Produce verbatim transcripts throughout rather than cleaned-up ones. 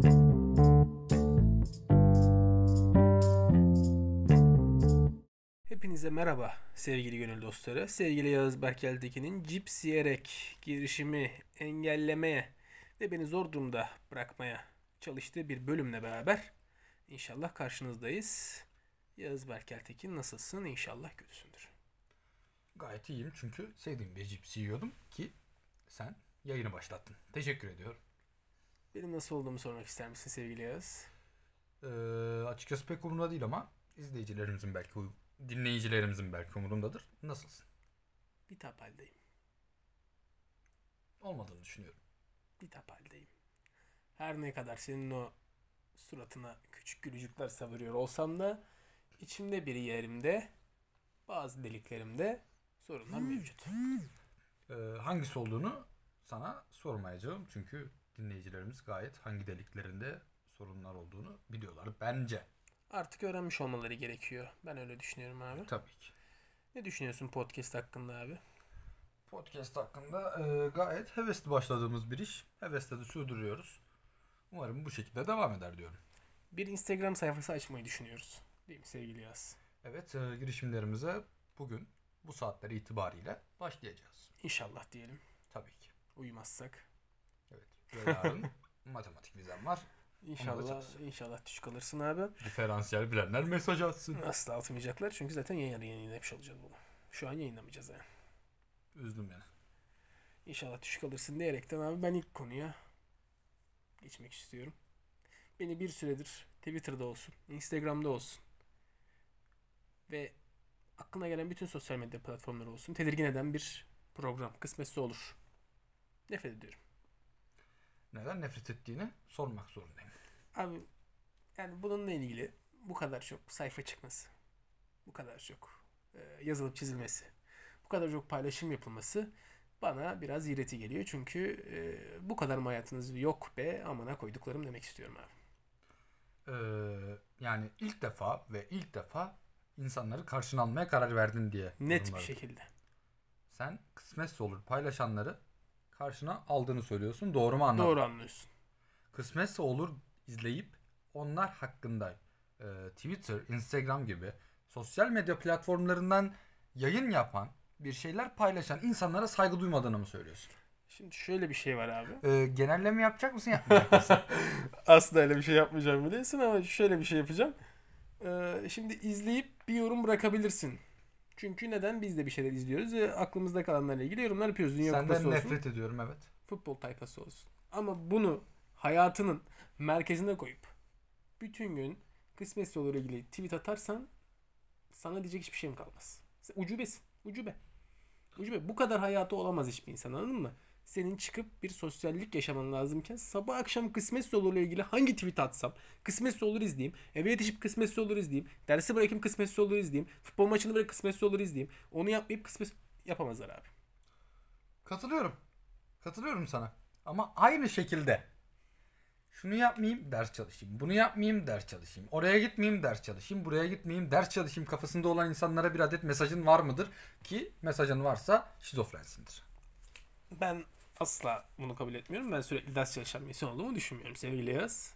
Hepinize merhaba sevgili gönül dostları. Sevgili Yağız Berkeltekin'in cips yiyerek girişimi engellemeye ve beni zor durumda bırakmaya çalıştığı bir bölümle beraber inşallah karşınızdayız. Yağız Berkeltekin, nasılsın? İnşallah kötüsündür. Gayet iyiyim çünkü sevdiğim bir cips yiyordum ki sen yayını başlattın. Teşekkür ediyorum. Benim nasıl olduğumu sormak ister misin sevgili Yağız? Ee, açıkçası pek umurumda değil ama izleyicilerimizin belki, dinleyicilerimizin belki umurundadır. Nasılsın? Bitap haldeyim. Olmadığını düşünüyorum. Bitap haldeyim. Her ne kadar senin o suratına küçük gülücükler savuruyor olsam da içimde bir yerimde, bazı deliklerimde sorunlar mevcut. Ee, hangisi olduğunu sana sormayacağım çünkü dinleyicilerimiz gayet hangi deliklerinde sorunlar olduğunu biliyorlar bence. Artık öğrenmiş olmaları gerekiyor. Ben öyle düşünüyorum abi. Tabii ki. Ne düşünüyorsun podcast hakkında abi? Podcast hakkında e, gayet hevesli başladığımız bir iş. Hevesle de sürdürüyoruz. Umarım bu şekilde devam eder diyorum. Bir Instagram sayfası açmayı düşünüyoruz. Değil mi sevgili Yaz? Evet, e, girişimlerimize bugün bu saatler itibariyle başlayacağız. İnşallah diyelim. Tabii ki. Uyumazsak. Evet. Ve yarın matematik vizem var. İnşallah, inşallah düşük alırsın abi. Diferansiyel bilenler mesaj atsın. Asla atmayacaklar çünkü zaten yayın yayınlamış olacağız bunu. Şu an yayınlamayacağız yani. Üzdüm beni. İnşallah düşük alırsın diyerekten abi ben ilk konuya geçmek istiyorum. Beni bir süredir Twitter'da olsun, Instagram'da olsun ve aklına gelen bütün sosyal medya platformları olsun tedirgin eden bir program. Kısmetse olur. Nefret ediyorum. Neden nefret ettiğini sormak zorundayım. Abi yani bununla ilgili bu kadar çok sayfa çıkması, bu kadar çok e, yazılıp çizilmesi, bu kadar çok paylaşım yapılması bana biraz iğreti geliyor. Çünkü e, bu kadar mı hayatınız yok be amına koyduklarım demek istiyorum abi. Ee, yani ilk defa ve ilk defa insanları karşına almaya karar verdin diye. Net yorumladım. bir şekilde. Sen kısmetse olur paylaşanları karşına aldığını söylüyorsun. Doğru mu anladın? Doğru anlıyorsun. Kısmetse olur izleyip onlar hakkında e, Twitter, Instagram gibi sosyal medya platformlarından yayın yapan, bir şeyler paylaşan insanlara saygı duymadığını mı söylüyorsun? Şimdi şöyle bir şey var abi. Ee, genelleme yapacak mısın yapmayacak mısın? Asla öyle bir şey yapmayacağım biliyorsun ama şöyle bir şey yapacağım. Ee, şimdi izleyip bir yorum bırakabilirsin. Çünkü neden? Biz de bir şeyler izliyoruz ve aklımızda kalanlarla ilgili yorumlar yapıyoruz. Dünya Kupası Senden olsun, nefret ediyorum evet. futbol tayfası olsun. Ama bunu hayatının merkezine koyup bütün gün kısmetse olur ilgili tweet atarsan sana diyecek hiçbir şeyim kalmaz. Sen ucubesin. Ucube. Ucube. Bu kadar hayatı olamaz hiçbir insan, anladın mı? Senin çıkıp bir sosyallik yaşaman lazımken sabah akşam kısmetse olurla ilgili hangi tweet atsam, kısmetse olur izleyeyim, eve yetişip kısmetse olur izleyeyim, dersi bırakayım kısmetse olur izleyeyim, futbol maçını bırakıp kısmetse olur izleyeyim. Onu yapmayıp kısmet yapamazlar abi. Katılıyorum. Katılıyorum sana. Ama aynı şekilde şunu yapmayayım ders çalışayım. Bunu yapmayayım ders çalışayım. Oraya gitmeyeyim ders çalışayım. Buraya gitmeyeyim ders çalışayım kafasında olan insanlara bir adet mesajın var mıdır? Ki mesajın varsa şizofrensindir. Ben asla bunu kabul etmiyorum. Ben sürekli ders çalışan bir insan olduğumu düşünmüyorum sevgili Yağız.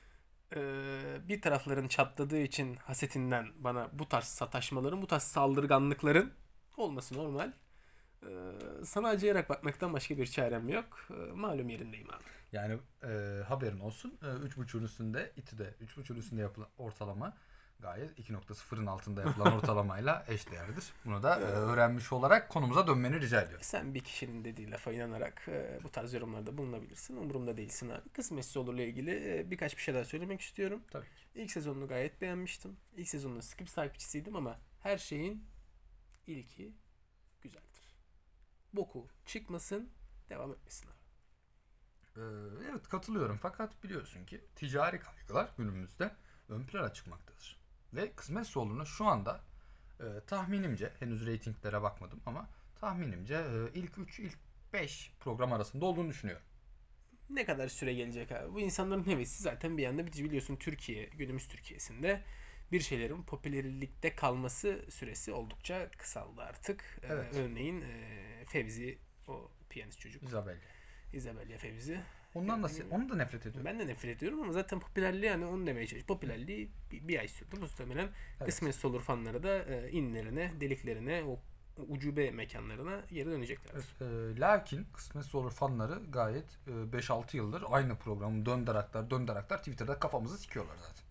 Ee, bir tarafların çatladığı için hasetinden bana bu tarz sataşmaların, bu tarz saldırganlıkların olması normal. Ee, sana acıyarak bakmaktan başka bir çarem yok. Ee, malum yerindeyim abi. Yani e, haberin olsun. üç buçuğun üstünde, İTÜ'de üç buçuğun üstünde yapılan ortalama gayet iki nokta sıfırın altında yapılan ortalamayla eşdeğerdir. Bunu da e, öğrenmiş olarak konumuza dönmeni rica ediyorum. Sen bir kişinin dediği lafa inanarak e, bu tarz yorumlarda bulunabilirsin. Umurumda değilsin abi. Kısmetse olurla ilgili e, birkaç bir şey daha söylemek istiyorum. Tabii. İlk sezonunu gayet beğenmiştim. İlk sezonunda skip takipçisiydim ama her şeyin ilki güzeldir. Boku çıkmasın, devam etmesin abi. Ee, evet katılıyorum fakat biliyorsun ki ticari kaygılar günümüzde ön plana çıkmaktadır. Ve kısmetse oluruna şu anda e, tahminimce henüz reytinglere bakmadım ama tahminimce e, ilk üç ilk beş program arasında olduğunu düşünüyorum. Ne kadar süre gelecek abi? Bu insanların hevesi zaten bir yanda biliyorsun Türkiye, günümüz Türkiye'sinde bir şeylerin popülerlikte kalması süresi oldukça kısaldı artık. Evet. Ee, örneğin e, Fevzi, o piyanist çocuk. Isabel. Isabella Fevzi. Ondan da Yani- onu da nefret ediyorum. Ben de nefret ediyorum ama zaten popülerliği yani onu demeye çalışıyorum. Popülerliği bir, bir ay sürdü. Muhtemelen Evet. kısmetse olur fanları da e, inlerine, deliklerine, o ucube mekanlarına geri döneceklerdir. E, lakin Kısmetse Olur fanları gayet e, beş altı yıldır aynı programı döndüraklar döndüraklar Twitter'da kafamızı sikiyorlar zaten.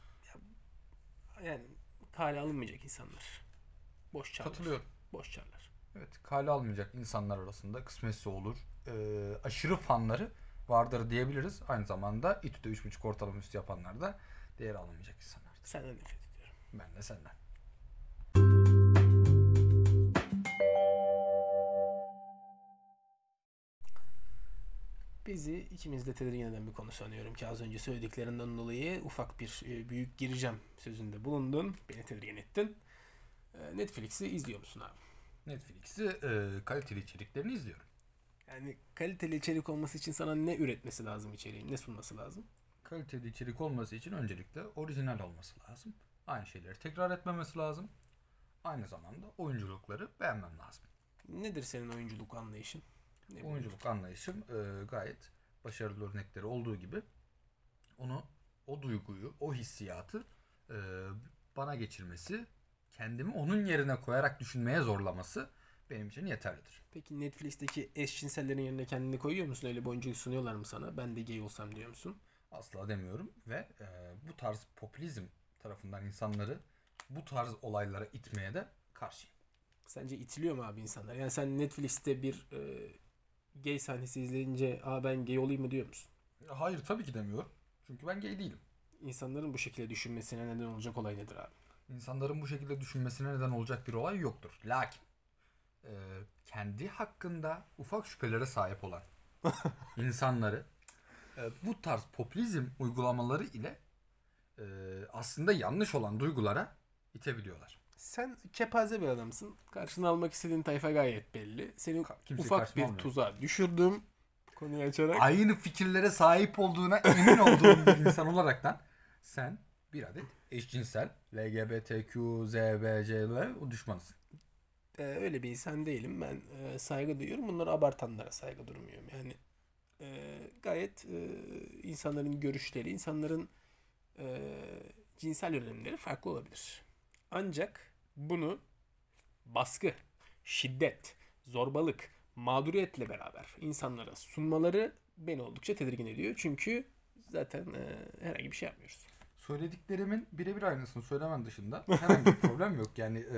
Yani kale alınmayacak insanlar. Boş çarlar. Katılıyorum. Boş çarlar. Evet, kale almayacak insanlar arasında Kısmetse Olur e, aşırı fanları vardır diyebiliriz. Aynı zamanda İTÜ'de üç buçuk ortalama üstü yapanlar da değer alınmayacak insanlar. Senden nefret ediyorum. Ben de senden. Bizi ikimiz de tedirgin eden bir konu sanıyorum ki az önce söylediklerinden dolayı ufak bir e, büyük gireceğim sözünde bulundun. Beni tedirgin ettin. E, Netflix'i izliyor musun abi? Netflix'i e, kaliteli içeriklerini izliyorum. Yani kaliteli içerik olması için sana ne üretmesi lazım içeriğin? Ne sunması lazım? Kaliteli içerik olması için öncelikle orijinal olması lazım. Aynı şeyleri tekrar etmemesi lazım. Aynı zamanda oyunculukları beğenmem lazım. Nedir senin oyunculuk anlayışın? Ne bileyim. Oyunculuk anlayışım e, gayet başarılı örnekleri olduğu gibi onu, o duyguyu, o hissiyatı e, bana geçirmesi, kendimi onun yerine koyarak düşünmeye zorlaması benim için yeterlidir. Peki Netflix'teki eşcinsellerin yerine kendini koyuyor musun? Öyle bir oyunculuk sunuyorlar mı sana? Ben de gay olsam diyor musun? Asla demiyorum ve e, bu tarz popülizm tarafından insanları bu tarz olaylara itmeye de karşıyım. Sence itiliyor mu abi insanlar? Yani sen Netflix'te bir e, gay sahnesi izleyince aa ben gay olayım mı diyor musun? Hayır, tabii ki demiyorum. Çünkü ben gay değilim. İnsanların bu şekilde düşünmesine neden olacak olay nedir abi? İnsanların bu şekilde düşünmesine neden olacak bir olay yoktur. Lakin e, kendi hakkında ufak şüphelere sahip olan insanları e, bu tarz popülizm uygulamaları ile e, aslında yanlış olan duygulara itebiliyorlar. Sen kepaze bir adamsın. Karşına almak istediğin tayfa gayet belli. Seni Kimseyi ufak karşıma bir almıyorum. tuzağa düşürdüm. Konuyu açarak. Aynı fikirlere sahip olduğuna emin olduğum bir insan olaraktan sen bir adet eşcinsel L G B T Q Z B C L o düşmanısın. Ee, öyle bir insan değilim. Ben e, saygı duyuyorum. Bunları abartanlara saygı durmuyorum. Yani e, gayet e, insanların görüşleri, insanların e, cinsel yönelimleri farklı olabilir. Ancak bunu baskı, şiddet, zorbalık, mağduriyetle beraber insanlara sunmaları beni oldukça tedirgin ediyor. Çünkü zaten e, herhangi bir şey yapmıyoruz. Söylediklerimin birebir aynısını söylemen dışında herhangi bir problem yok. Yani e,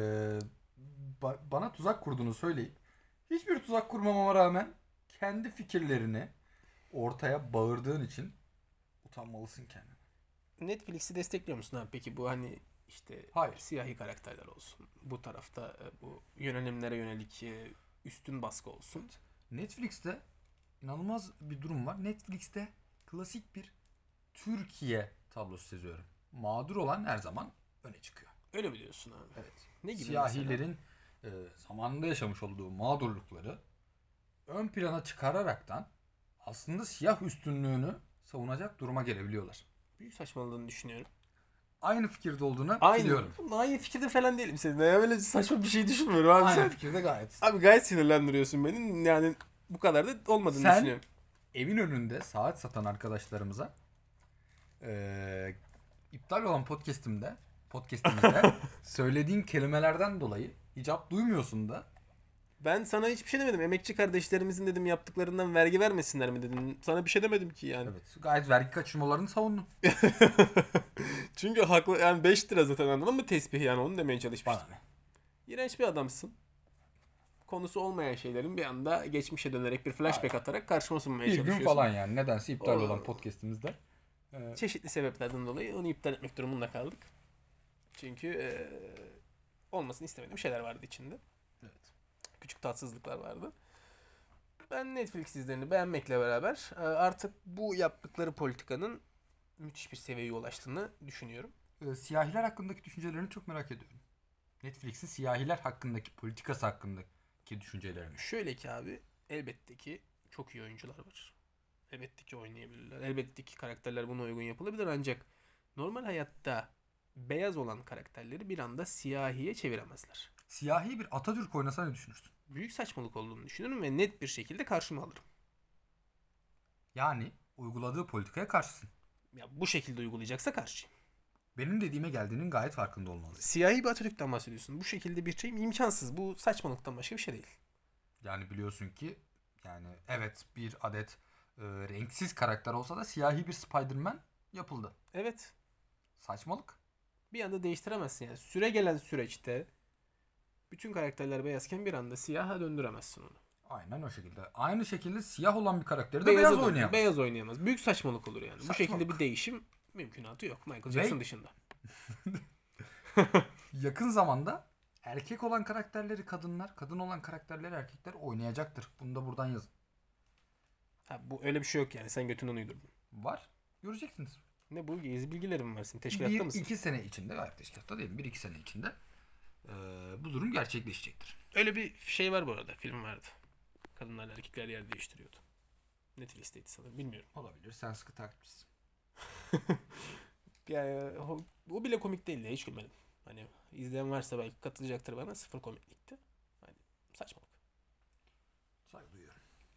ba- bana tuzak kurduğunu söyleyip hiçbir tuzak kurmamama rağmen kendi fikirlerini ortaya bağırdığın için utanmalısın kendine. Netflix'i destekliyor musun abi? Peki bu hani işte Hayır. siyahi karakterler olsun. Bu tarafta e, bu yönelimlere yönelik e, üstün baskı olsun. Netflix'te inanılmaz bir durum var. Netflix'te klasik bir Türkiye tablosu seziyorum. Mağdur olan her zaman öne çıkıyor. Öyle mi diyorsun abi? Evet. Ne gibi Siyahilerin e, zamanında yaşamış olduğu mağdurlukları ön plana çıkararaktan aslında siyah üstünlüğünü savunacak duruma gelebiliyorlar. mesela? Büyük saçmaladığını düşünüyorum. Aynı fikirde olduğunu Aynı. biliyorum. Aynı fikirde falan değilim seninle. Ya böyle saçma bir şey düşünmüyorum abi. Aynı Sen, fikirde gayet. abi gayet sinirlendiriyorsun beni. Yani bu kadar da olmadığını Sen- düşünüyorum. Evin önünde saat satan arkadaşlarımıza e, iptal olan podcast'imde podcast'imizde söylediğin kelimelerden dolayı icap duymuyorsun da. Ben sana hiçbir şey demedim. Emekçi kardeşlerimizin dedim yaptıklarından vergi vermesinler mi dedim. Sana bir şey demedim ki yani. Evet, gayet vergi kaçırmalarını savundun. Çünkü haklı yani beş lira zaten anladın mı tesbih yani onu demeye çalışmıştım. Bana ne? İğrenç bir adamsın. Konusu olmayan şeylerin bir anda geçmişe dönerek bir flashback atarak karşıma sunmaya Bir çalışıyorsun. gün falan yani. Nedense iptal O- olan podcast'imizde. Ee, Çeşitli sebeplerden dolayı onu iptal etmek durumunda kaldık. Çünkü eee olmasını istemediğim şeyler vardı içinde. evet. Küçük tatsızlıklar vardı. Ben Netflix dizilerini beğenmekle beraber e, artık bu yaptıkları politikanın müthiş bir seviyeye ulaştığını düşünüyorum. Ee, siyahiler hakkındaki düşüncelerini çok merak ediyorum. Netflix'in siyahiler hakkındaki politikası hakkındaki düşüncelerini. Şöyle ki abi elbette ki çok iyi oyuncular var. Elbette ki oynayabilirler. Elbette ki karakterler buna uygun yapılabilir ancak normal hayatta beyaz olan karakterleri bir anda siyahiye çeviremezler. Siyahi bir Atatürk oynasa ne düşünürsün? Büyük saçmalık olduğunu düşünüyorum ve net bir şekilde karşıma alırım. Yani uyguladığı politikaya karşısın. Ya bu şekilde uygulayacaksa karşıyım. Benim dediğime geldiğinin gayet farkında olmalısın. Siyahi bir Atatürk'ten bahsediyorsun. Bu şekilde bir şey imkansız. Bu saçmalıktan başka bir şey değil. Yani biliyorsun ki yani evet bir adet e, renksiz karakter olsa da siyahi bir Spider-Man yapıldı. Evet. Saçmalık. Bir anda değiştiremezsin yani. Süre gelen süreçte bütün karakterler beyazken bir anda siyaha döndüremezsin onu. Aynen o şekilde. Aynı şekilde siyah olan bir karakteri de Beyaza beyaz döndür- oynayamaz. Beyaz oynayamaz. Büyük saçmalık olur yani. Bu Saçmalık. şekilde bir değişim mümkünatı yok. Michael Jackson Ve- dışında. Yakın zamanda erkek olan karakterleri kadınlar, kadın olan karakterleri erkekler oynayacaktır. Bunu da buradan yazın. Ha, bu öyle bir şey yok yani. Sen götünden uydurdun. Var. Göreceksiniz. Ne bu? Gezi bilgilerim mi versin? Teşkilatta bir mısın? iki sene içinde, hayır teşkilatta değil, bir iki sene içinde e, bu durum gerçekleşecektir. Öyle bir şey var bu arada. Film vardı. Kadınlarla erkekler yer değiştiriyordu. Netflix'teydi sanırım. Bilmiyorum. Olabilir. Sen sıkı takipçisin. Yani o, o bile komik değildi. Hiç gülmedim. Hani izleyen varsa belki katılacaktır bana. Sıfır komiklikti. Hani saçmalık. Saygı duyuyorum.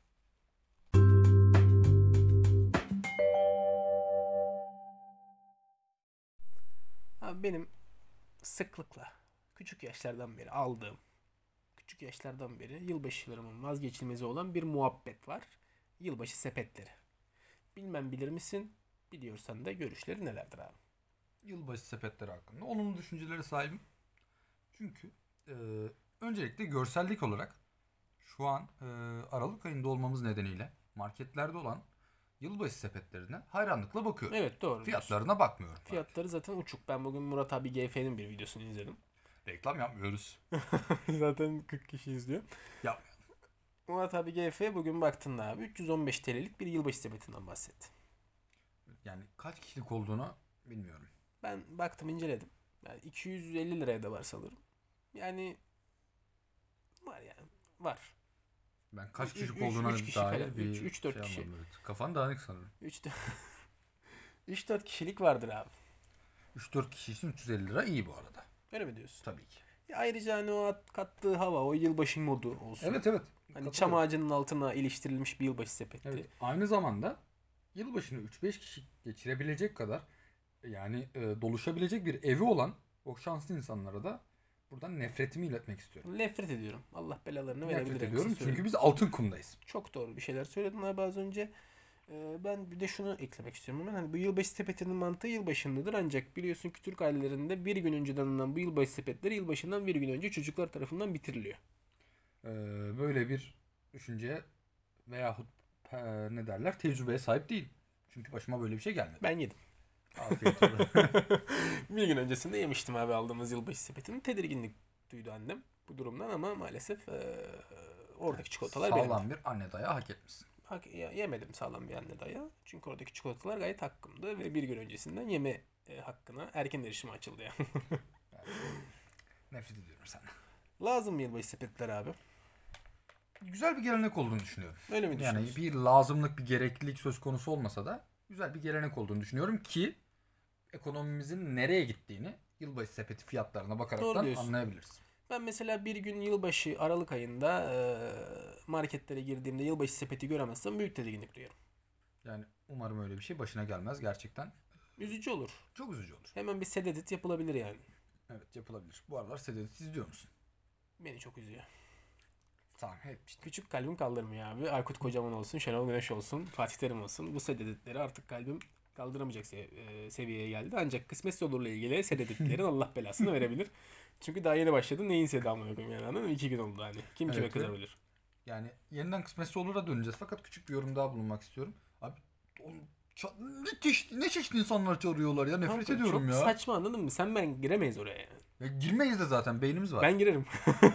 Abi benim sıklıkla küçük yaşlardan beri aldığım, küçük yaşlardan beri yılbaşılarımın vazgeçilmezi olan bir muhabbet var. Yılbaşı sepetleri. Bilmem bilir misin? Biliyorsan da görüşleri nelerdir abi? Yılbaşı sepetleri hakkında olumlu düşüncelere sahibim. Çünkü e, öncelikle görsellik olarak şu an e, Aralık ayında olmamız nedeniyle marketlerde olan yılbaşı sepetlerine hayranlıkla bakıyorum. Evet doğru. Fiyatlarına bakmıyorum. Fiyatları zaten uçuk. Ben bugün Murat abi G F'nin bir videosunu izledim. Reklam yapmıyoruz. Zaten kırk kişi izliyor. Ya Murat abi G F bugün baktığında abi üç yüz on beş T L'lik bir yılbaşı sepetinden bahsetti. yani kaç kişilik olduğunu bilmiyorum. Ben baktım inceledim. Yani iki yüz elli liraya da var sanırım. Yani var yani. Var. Ben kaç Üç- kişilik üç- olduğuna üç kişi dair falan. bir Üç- üç, dört şey kişi. anlamadım, evet. Kafan dağınık sanırım. üç dört kişilik vardır abi. üç dört kişi için üç yüz elli lira iyi bu arada. Öyle mi diyorsun? Tabii ki. Ya ayrıca hani o at- kattığı hava, o yılbaşı modu olsun. Evet evet. Hani çam ağacının altına iliştirilmiş bir yılbaşı sepeti. Evet. Aynı zamanda yılbaşını üç beş kişi geçirebilecek kadar yani e, doluşabilecek bir evi olan o şanslı insanlara da buradan nefretimi iletmek istiyorum. Nefret ediyorum. Allah belalarını verebilir. Nefret en ediyorum kısa sürede. çünkü biz altın kumdayız. Çok doğru bir şeyler söyledin abi az önce. Ee, ben bir de şunu eklemek istiyorum hemen. Hani bu yılbaşı sepetinin mantığı yılbaşındadır ancak biliyorsun ki Türk ailelerinde bir gün önceden alınan bu yılbaşı sepetleri yılbaşından bir gün önce çocuklar tarafından bitiriliyor. Ee, böyle bir düşünceye veyahut e, ne derler tecrübeye sahip değil. Çünkü başıma böyle bir şey gelmedi. Ben yedim. Afiyet olsun. Bir gün öncesinde yemiştim abi aldığımız yılbaşı sepetini. Tedirginlik duydu annem bu durumdan ama maalesef ee, oradaki çikolatalar benim. Sağlam bir anne dayağı hak etmişsin. Hak, ya- yemedim sağlam bir anne dayağı. Çünkü oradaki çikolatalar gayet hakkımdı ve bir gün öncesinden yeme e, hakkına erken erişime açıldı yani. Nefret ediyorum senden. Lazım mı yılbaşı sepetler abi? Güzel bir gelenek olduğunu düşünüyorum. Öyle mi Yani düşünüyorsun? bir lazımlık, bir gereklilik söz konusu olmasa da güzel bir gelenek olduğunu düşünüyorum ki ekonomimizin nereye gittiğini yılbaşı sepeti fiyatlarına Doğru bakaraktan diyorsun. anlayabiliriz. Ben mesela bir gün yılbaşı Aralık ayında e, marketlere girdiğimde yılbaşı sepeti göremezsem büyük tedirginlik duyarım. Yani umarım öyle bir şey başına gelmez. Gerçekten Üzücü olur. çok üzücü olur. Hemen bir sededit yapılabilir yani. Evet yapılabilir. Bu aralar Sedat'ı izliyor musun? Beni çok üzüyor. Tamam hep işte. Küçük kalbim kaldırmıyor abi. Aykut Kocaman olsun, Şenol Güneş olsun, Fatih Terim olsun. Bu sededitleri artık kalbim kaldıramayacak se- e, seviyeye geldi. Ancak kısmetse olurla ilgili sededitlerin Allah belasını verebilir. Çünkü daha yeni başladım. Neyin sedamı yokum yani anladın mı? İki gün oldu hani. Kim kime Evet, evet. kızabilir? Yani yeniden kısmetse olur'a döneceğiz. Fakat küçük bir yorum daha bulunmak istiyorum. Abi oğlum, ça- ne çeşitli, ne çeşitli insanlar çağırıyorlar ya. Nefret Kanka, ediyorum çok ya. saçma anladın mı? Sen ben giremeyiz oraya yani. Ya girmeyiz de zaten beynimiz var. Ben girerim.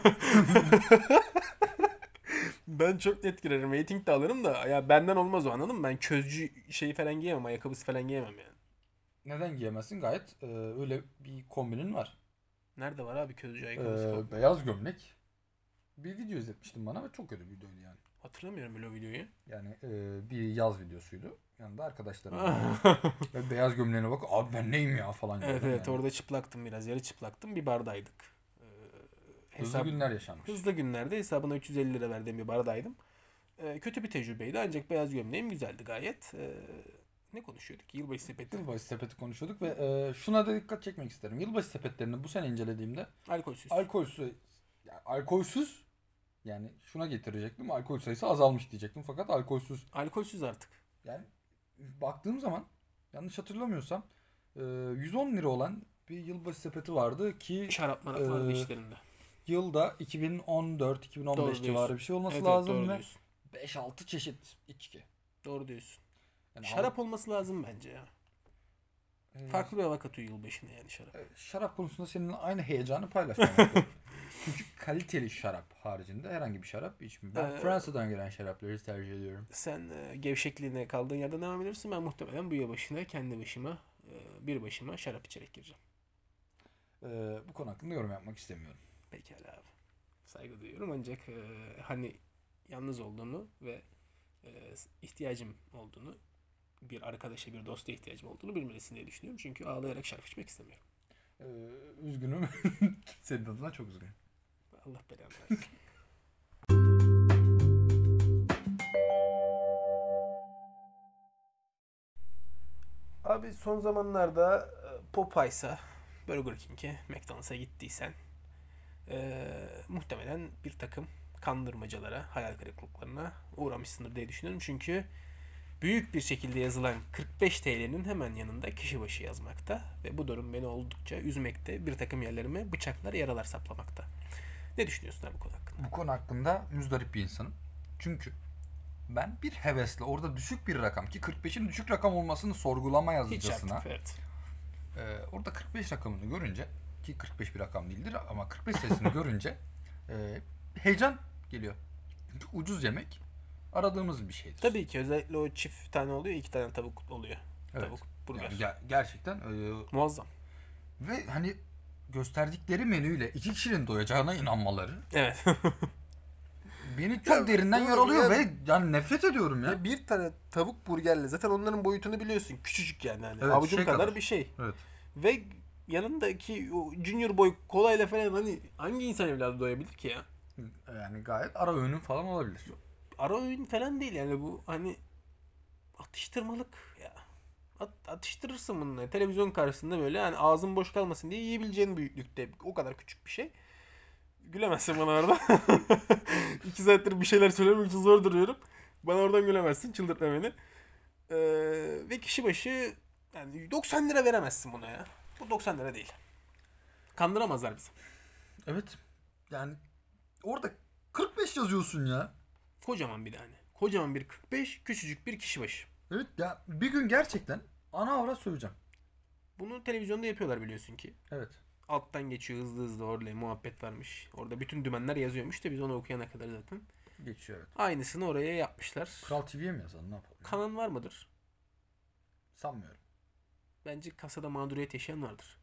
Ben çok net girerim. Rating de alırım da ya benden olmaz o anladın mı? Ben közcü şeyi falan giyemem. Ayakkabısı falan giyemem yani. Neden giyemezsin? Gayet e, öyle bir kombinin var. Nerede var abi közcü ayakkabısı falan? E, beyaz gömlek. Bir video izletmiştim bana ve çok kötü bir videoydu yani. Hatırlamıyorum bile o videoyu. Yani e, bir yaz videosuydu. Yanında arkadaşlarım var. Ve beyaz gömleğine bak abi ben neyim ya falan. Evet diyordum evet yani. orada çıplaktım biraz. Yarı çıplaktım. Bir bardaydık. Ee, Hızlı hesap- günler yaşanmış. Hızlı günlerde hesabına üç yüz elli lira verdiğim bir bardaydım. Ee, kötü bir tecrübeydi ancak beyaz gömleğim güzeldi gayet. Ee, ne konuşuyorduk? Yılbaşı sepeti. Yılbaşı sepeti konuşuyorduk ve e, şuna da dikkat çekmek isterim. Yılbaşı sepetlerini bu sene incelediğimde Alkolsüz. alkolsüz, yani alkolsüz, yani şuna getirecektim. Alkol sayısı azalmış diyecektim fakat alkolsüz. Alkolsüz artık. Yani baktığım zaman yanlış hatırlamıyorsam e, yüz on lira olan bir yılbaşı sepeti vardı ki Şarap marap vardı Ee, işlerinde. yılda iki bin on dört iki bin on Doğru beş diyorsun. civarı bir şey olması Evet, evet, lazım doğru ve diyorsun. beş altı çeşit içki. Doğru diyorsun. Yani Şarap olması lazım bence ya. al- e, Farklı bir hava katıyor yılbaşına yani şarap. e, şarap konusunda seninle aynı heyecanı paylaşmamak. Çünkü kaliteli şarap haricinde herhangi bir şarap içmiyorum. Ben Ee, Fransa'dan gelen şarapları tercih ediyorum. Sen e, gevşekliğine kaldığın yerden devam edersin. Ben muhtemelen bu yılbaşına kendi başıma e, bir başıma şarap içerek gireceğim. Ee, bu konu hakkında yorum yapmak istemiyorum. Pekala abi. Saygı duyuyorum ancak e, hani yalnız olduğunu ve e, ihtiyacım olduğunu, bir arkadaşa, bir dosta ihtiyacım olduğunu bilmelisin diye düşünüyorum. Çünkü ağlayarak şarap içmek istemiyorum. Ee, üzgünüm. Senin adına çok üzgünüm. Allah belanı versin. Abi son zamanlarda e, Popeyes'a, Burger King'e, McDonald's'a gittiysen e, muhtemelen bir takım kandırmacalara, hayal kırıklıklarına uğramışsındır diye düşünüyorum. Çünkü büyük bir şekilde yazılan kırk beş T L'nin hemen yanında kişi başı yazmakta ve bu durum beni oldukça üzmekte, bir takım yerlerime bıçaklar, yaralar saplamakta. Ne düşünüyorsun abi bu konu hakkında? Bu konu hakkında müzdarip bir insanım. Çünkü ben bir hevesle orada düşük bir rakam, ki kırk beşin düşük rakam olmasını sorgulama Hiç yazıcısına artık, evet. e, orada kırk beş rakamını görünce, ki kırk beş bir rakam değildir ama kırk beş sayısını görünce e, heyecan geliyor. Çünkü ucuz yemek aradığımız bir şeydir. Tabii ki özellikle o çift tane oluyor, iki tane tavuk oluyor. Evet. Tavuk, burger. Yani ger- gerçekten e, Muazzam. ve hani gösterdikleri menüyle iki kişinin doyacağına inanmaları Evet. beni çok Ya, derinden doğru yaralıyor ya. ve yani nefret ediyorum ya. Ya bir tane tavuk burgerle zaten onların boyutunu biliyorsun. Küçücük yani. Hani Evet, avucum şey kadar, kadar. bir şey. Evet. Ve yanındaki o junior boy kolayla falan, hani hangi insan evladı doyabilir ki ya? Yani gayet ara öğünün falan olabilir. Ara öğün falan değil yani, bu hani atıştırmalık ya. At, atıştırırsın bununla. Televizyon karşısında böyle yani ağzın boş kalmasın diye yiyebileceğin büyüklükte. O kadar küçük bir şey. Gülemezsin bana orada. İki saattir bir şeyler söylemek için zor duruyorum. Bana oradan gülemezsin. Çıldırtma beni. Ee, ve kişi başı yani doksan lira veremezsin buna ya. Bu doksan lira değil. Kandıramazlar bizi. Evet. Yani orada kırk beş yazıyorsun ya. Kocaman bir tane. Kocaman bir kırk beş, küçücük bir kişi başı. Evet ya, bir gün gerçekten ana avrat söyleyeceğim. Bunu televizyonda yapıyorlar biliyorsun ki. Evet. Alttan geçiyor hızlı hızlı, orada muhabbet varmış. Orada bütün dümenler yazıyormuş da biz onu okuyana kadar zaten. Geçiyor, evet. Aynısını oraya yapmışlar. Kral T V'ye mi yazalım, ne yapalım? Kanan var mıdır? Sanmıyorum. Bence kasada mağduriyet yaşayan vardır.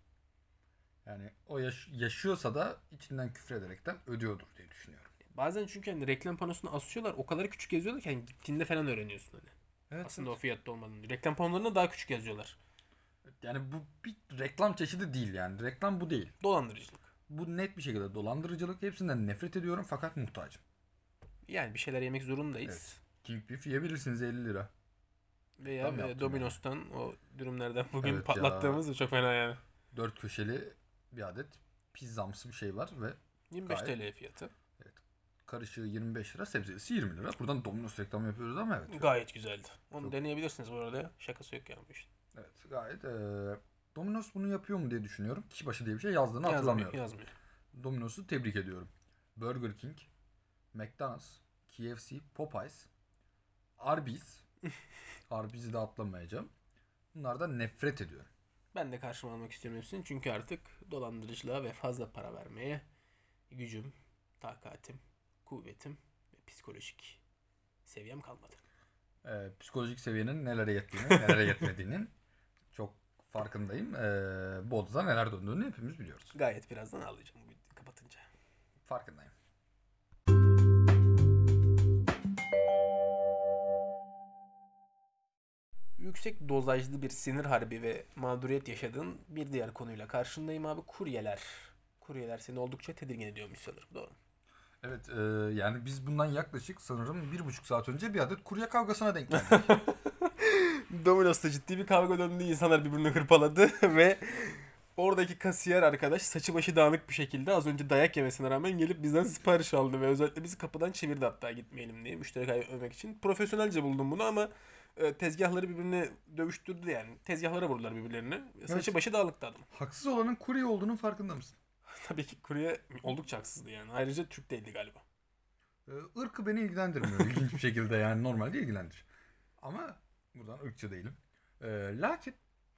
Yani o yaş- yaşıyorsa da içinden küfür ederekten ödüyordur diye düşünüyorum. Bazen çünkü hani reklam panosuna asıyorlar. O kadar küçük yazıyorlar ki hani gittiğinde falan öğreniyorsun hani. Evet, Aslında evet. o fiyatta olmadığını. Reklam panolarına daha küçük yazıyorlar. Yani bu bir reklam çeşidi değil yani. Reklam bu değil. Dolandırıcılık. Bu net bir şekilde dolandırıcılık. Hepsinden nefret ediyorum fakat muhtacım. Yani bir şeyler yemek zorundayız. Evet. King Beef yiyebilirsiniz elli lira. Veya Tam e, yaptım Domino's'tan o dürümlerden bugün Evet patlattığımız da çok fena yani. Dört köşeli bir adet pizzamsı bir şey var ve yirmi beş Gayet- T L fiyatı. karışığı yirmi beş lira, sebzesi yirmi lira. Buradan Domino's reklamı yapıyoruz ama evet. Gayet güzeldi. Onu Çok- deneyebilirsiniz bu arada. Şakası yok yani bu işin. Evet, gayet eee Domino's bunu yapıyor mu diye düşünüyorum. Kişi başı diye bir şey yazdığını Yazmıyor, hatırlamıyorum. yazmıyor. Domino's'u tebrik ediyorum. Burger King, McDonald's, K F C, Popeyes, Arby's. Arby's'i de atlamayacağım. Bunlardan nefret ediyorum. Ben de karşıma almak istiyorum hepsini. Çünkü artık dolandırıcılığa ve fazla para vermeye gücüm, takatim, kuvvetim ve psikolojik seviyem kalmadı. Eee, psikolojik seviyenin nelere yettiğini, nelere yetmediğinin çok farkındayım. Eee bu odada neler döndüğünü hepimiz biliyoruz. Gayet birazdan ağlayacağım bu kapatınca. Farkındayım. Yüksek dozajlı bir sinir harbi ve mağduriyet yaşadığın bir diğer konuyla karşındayım abi. Kuryeler. Kuryeler seni oldukça tedirgin ediyormuş sanırım. Doğru mu? Evet e, yani biz bundan yaklaşık sanırım bir buçuk saat önce bir adet kurye kavgasına denk geldik. Domino's'ta ciddi bir kavga döndü. İnsanlar birbirini hırpaladı ve oradaki kasiyer arkadaş saçı başı dağınık bir şekilde az önce dayak yemesine rağmen gelip bizden sipariş aldı ve özellikle bizi kapıdan çevirdi hatta gitmeyelim diye müşteri kaybetmemek için. Profesyonelce buldum bunu ama e, tezgahları birbirine dövüştürdü yani. Tezgahlara vurdular birbirlerini. Saçı Evet. başı dağınıktı adam. Haksız olanın kurye olduğunun farkında mısın? Tabii ki kurye oldukça haksızdı yani. Ayrıca Türk değildi galiba. E, ırkı beni ilgilendirmiyor ilginç bir şekilde yani normalde ilgilendir. Ama buradan ırkçı değilim. E, lakin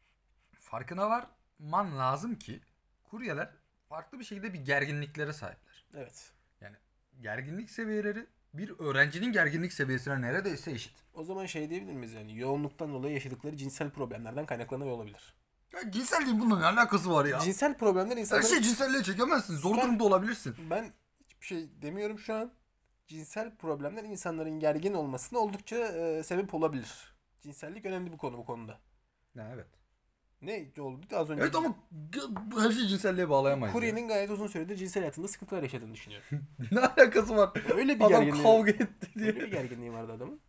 farkına varman lazım ki kuryeler farklı bir şekilde bir gerginliklere sahipler. Evet. Yani gerginlik seviyeleri bir öğrencinin gerginlik seviyesine neredeyse eşit. O zaman şey diyebilir miyiz yani yoğunluktan dolayı yaşadıkları cinsel problemlerden kaynaklanıyor olabilir. Ya cinselliğin bununla ne alakası var ya? Cinsel problemler Her insanların... şey cinselliğe çekemezsin. Zor Ben- durumda olabilirsin. Ben hiçbir şey demiyorum şu an. Cinsel problemler insanların gergin olmasına oldukça e, sebep olabilir. Cinsellik önemli bir konu bu konuda. Ya evet. Ne oldu az önce? Evet ama g- her şeyi cinselliğe bağlayamayız. ya. Kuryenin gayet uzun süredir cinsel hayatında sıkıntılar yaşadığını düşünüyorum. Ne alakası var? Öyle bir Adam gerginliği, kavga etti öyle diye. bir gerginliği vardı adamın.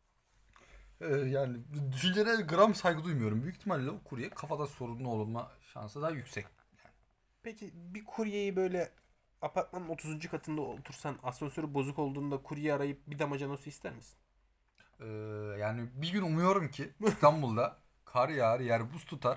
Ee, yani düşüncelere gram saygı duymuyorum. Büyük ihtimalle o kurye kafada sorunlu olma şansı daha yüksek. Peki bir kuryeyi böyle apartmanın otuzuncu katında otursan asansörü bozuk olduğunda kurye arayıp bir damacana su ister misin? Ee, yani bir gün umuyorum ki İstanbul'da kar yağar, yer buz tutar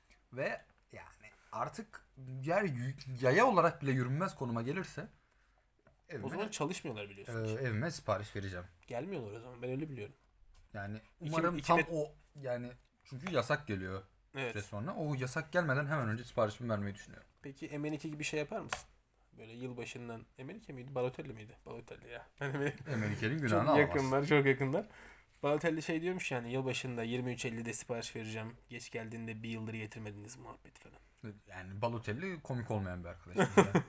ve yani artık yer y- yaya olarak bile yürünmez konuma gelirse evime, O zaman çalışmıyorlar e, biliyorsun. ki. evime sipariş vereceğim. Gelmiyorlar o zaman ben öyle biliyorum. Yani İki- umarım iki tam met- o yani çünkü yasak geliyor süre Evet. sonra. O yasak gelmeden hemen önce siparişimi vermeyi düşünüyorum. Peki M N iki gibi şey yapar mısın? Böyle yılbaşından M N iki miydi? Balotelli miydi? Balotelli ya. Ben M N iki Emelike'nin çok günahını alamaz. yakınlar, çok yakınlar. Balotelli şey diyormuş yani yılbaşında yirmi üç ellide sipariş vereceğim. Geç geldiğinde bir yıldır getirmediniz muhabbeti falan. Yani Balotelli komik olmayan bir arkadaşımız. yani.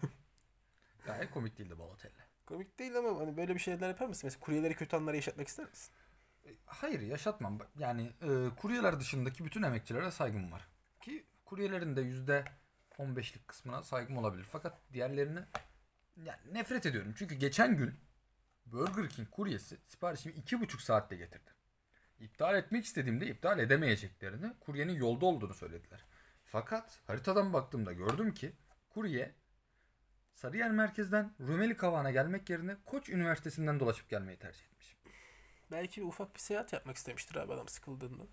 Gayet komik değildi Balotelli. Komik değil ama hani böyle bir şeyler yapar mısın? Mesela kuryeleri kötü anları yaşatmak ister misin? E, Hayır yaşatmam. Yani e, kuryeler dışındaki bütün emekçilere saygım var. Ki kuryelerin de yüzde on beşlik kısmına saygım olabilir. Fakat diğerlerine yani nefret ediyorum. Çünkü geçen gün Burger King kuryesi siparişimi iki buçuk saatte getirdi. İptal etmek istediğimde iptal edemeyeceklerini, kuryenin yolda olduğunu söylediler. Fakat haritadan baktığımda gördüm ki kurye Sarıyer merkezden Rumeli Kavağı'na gelmek yerine Koç Üniversitesi'nden dolaşıp gelmeyi tercih etmiş. Belki bir ufak bir seyahat yapmak istemiştir abi adam sıkıldığında.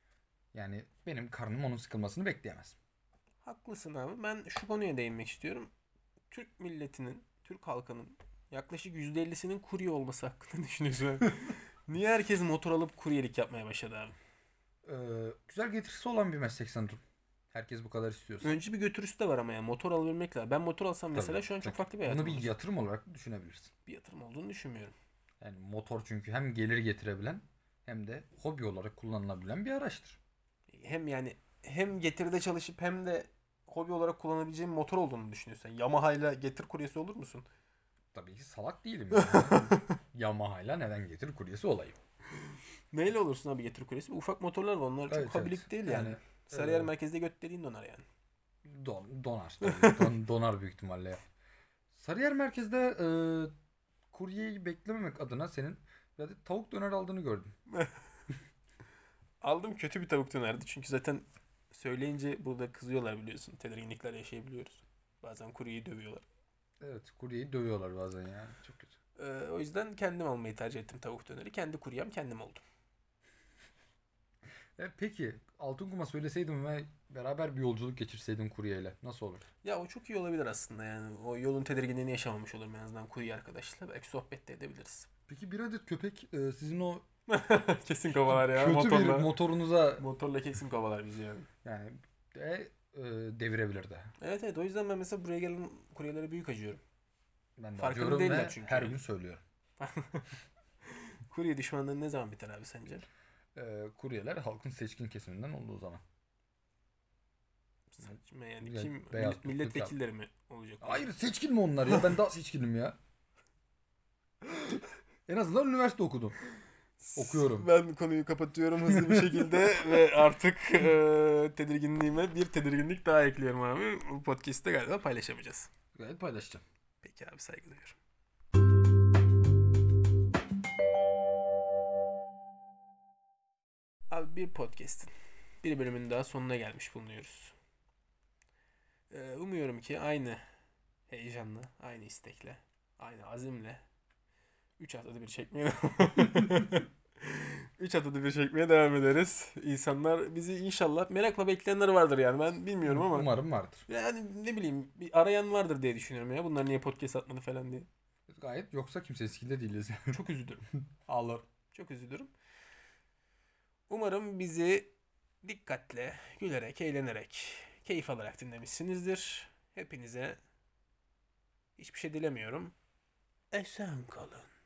Yani benim karnım onun sıkılmasını bekleyemez. Haklısın abi. Ben şu konuya değinmek istiyorum. Türk milletinin, Türk halkının yaklaşık yüzde ellisinin kurye olması hakkında ne düşünüyorsun? Niye herkes motor alıp kuryelik yapmaya başladı abi? Ee, güzel getirisi olan bir meslek sanırım. Herkes bu kadar istiyorsa. Önce bir götürüsü de var ama yani motor alabilmek lazım. Ben motor alsam mesela Tabii, şu an çok tabii. farklı bir hayatım Bunu bir olur. yatırım olarak düşünebilirsin. Bir yatırım olduğunu düşünmüyorum. Yani motor çünkü hem gelir getirebilen hem de hobi olarak kullanılabilen bir araçtır. Hem yani hem getiride çalışıp hem de hobi olarak kullanabileceğim motor olduğunu düşünüyorsun. Yamaha ile getir kuryesi olur musun? Tabii ki salak değilim yani. Yamaha'yla neden getir kuryesi olayım. Neyle olursun abi getir kuryesi? Ufak motorlar var. Onlar çok Evet, habilik evet. değil yani. Yani, Sarıyer e, merkezde göt deliğin donar yani. Don, donar. Tabii. Don- donar büyük ihtimalle. ya. Sarıyer merkezde e, kuryeyi beklememek adına senin bir adet tavuk döner aldığını gördüm. Aldım kötü bir tavuk dönerdi. Çünkü zaten söyleyince burada kızıyorlar biliyorsun. Tedirginlikler yaşayabiliyoruz. Bazen kuryeyi dövüyorlar. Evet kuryeyi dövüyorlar bazen ya. Çok kötü. Ee, o yüzden kendim almayı tercih ettim tavuk döneri. Kendi kuryem kendim oldum. E, peki Altın Kum'a söyleseydim ve beraber bir yolculuk geçirseydim kuryeyle nasıl olur? Ya o çok iyi olabilir aslında yani. O yolun tedirginliğini yaşamamış olurum en azından kurye arkadaşla. Belki sohbet de edebiliriz. Peki bir adet köpek e, sizin o Kesin kovalar ya kötü motorla. bir motorunuza Motorla kesin kovalar bizi yani. yani de, e, devirebilir de. Evet evet o yüzden ben mesela buraya gelen kuryelere büyük acıyorum. Ben de Farkında acıyorum değiller ve çünkü her yani. gün söylüyorum. Kurye düşmanlığı ne zaman biter abi sence? E, kuryeler halkın seçkin kesiminden olduğu zaman. Saçma yani Güzel, kim beyaz millet- Türk milletvekilleri mi olacak? Hayır seçkin mi onlar ya? Ben daha seçkinim ya. En azından üniversite okudum. Okuyorum. Ben konuyu kapatıyorum hızlı bir şekilde ve artık e, tedirginliğime bir tedirginlik daha ekliyorum abi. Bu podcast'te galiba paylaşamayacağız. Gayet paylaşacağım. Peki abi saygı duyuyorum. Abi bir podcast'in bir bölümün daha sonuna gelmiş bulunuyoruz. Ee, umuyorum ki aynı heyecanla, aynı istekle, aynı azimle üç haftada bir çekmeye üç haftada bir çekmeye devam ederiz. İnsanlar bizi inşallah merakla bekleyenler vardır yani. Ben bilmiyorum ama Umarım vardır. yani ne bileyim bir arayan vardır diye düşünüyorum ya. Bunlar niye podcast atmadı falan diye. Gayet yoksa kimse eskinde değiliz. Çok üzülürüm. Allah. Çok üzülürüm. Umarım bizi dikkatle, gülerek, eğlenerek, keyif alarak dinlemişsinizdir. Hepinize hiçbir şey dilemiyorum. Esen kalın.